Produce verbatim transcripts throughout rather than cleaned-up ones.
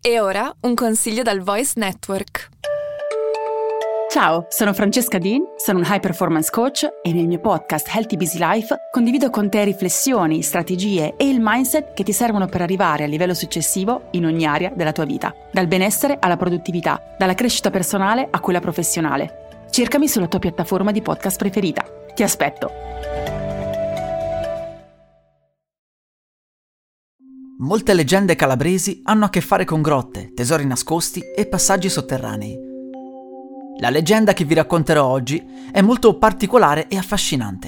E ora un consiglio dal Voice Network. Ciao, sono Francesca Dean, sono un high performance coach e nel mio podcast Healthy Busy Life condivido con te riflessioni, strategie e il mindset che ti servono per arrivare al livello successivo in ogni area della tua vita, dal benessere alla produttività, dalla crescita personale a quella professionale. Cercami sulla tua piattaforma di podcast preferita. Ti aspetto! Molte leggende calabresi hanno a che fare con grotte, tesori nascosti e passaggi sotterranei. La leggenda che vi racconterò oggi è molto particolare e affascinante.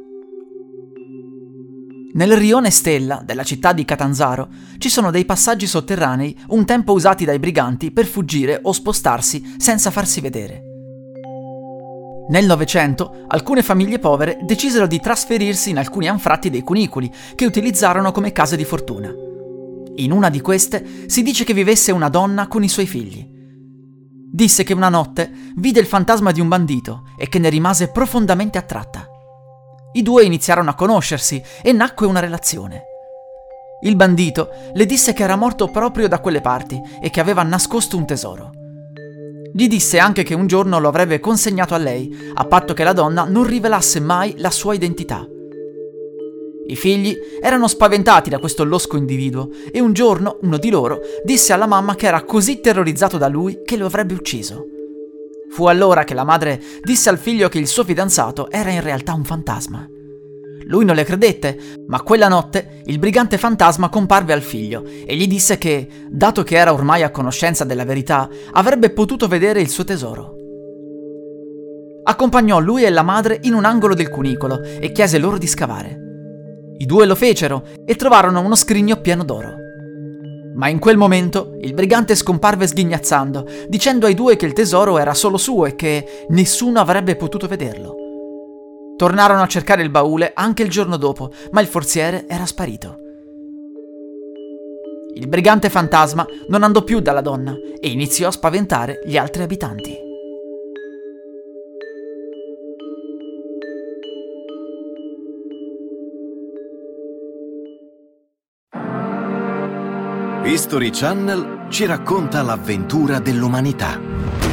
Nel rione Stella della città di Catanzaro ci sono dei passaggi sotterranei un tempo usati dai briganti per fuggire o spostarsi senza farsi vedere. Nel Novecento alcune famiglie povere decisero di trasferirsi in alcuni anfratti dei cunicoli che utilizzarono come case di fortuna. In una di queste si dice che vivesse una donna con i suoi figli. Disse che una notte vide il fantasma di un bandito e che ne rimase profondamente attratta. I due iniziarono a conoscersi e nacque una relazione. Il bandito le disse che era morto proprio da quelle parti e che aveva nascosto un tesoro. Gli disse anche che un giorno lo avrebbe consegnato a lei, a patto che la donna non rivelasse mai la sua identità. I figli erano spaventati da questo losco individuo e un giorno uno di loro disse alla mamma che era così terrorizzato da lui che lo avrebbe ucciso. Fu allora che la madre disse al figlio che il suo fidanzato era in realtà un fantasma. Lui non le credette, ma quella notte il brigante fantasma comparve al figlio e gli disse che, dato che era ormai a conoscenza della verità, avrebbe potuto vedere il suo tesoro. Accompagnò lui e la madre in un angolo del cunicolo e chiese loro di scavare. I due lo fecero e trovarono uno scrigno pieno d'oro. Ma in quel momento il brigante scomparve sghignazzando, dicendo ai due che il tesoro era solo suo e che nessuno avrebbe potuto vederlo. Tornarono a cercare il baule anche il giorno dopo, ma il forziere era sparito. Il brigante fantasma non andò più dalla donna e iniziò a spaventare gli altri abitanti. History Channel ci racconta l'avventura dell'umanità.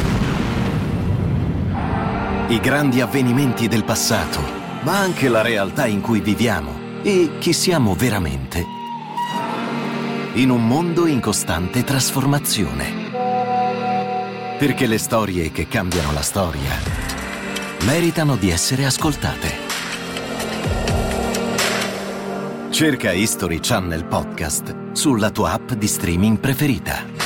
I grandi avvenimenti del passato, ma anche la realtà in cui viviamo e chi siamo veramente. In un mondo in costante trasformazione. Perché le storie che cambiano la storia meritano di essere ascoltate. Cerca History Channel Podcast sulla tua app di streaming preferita.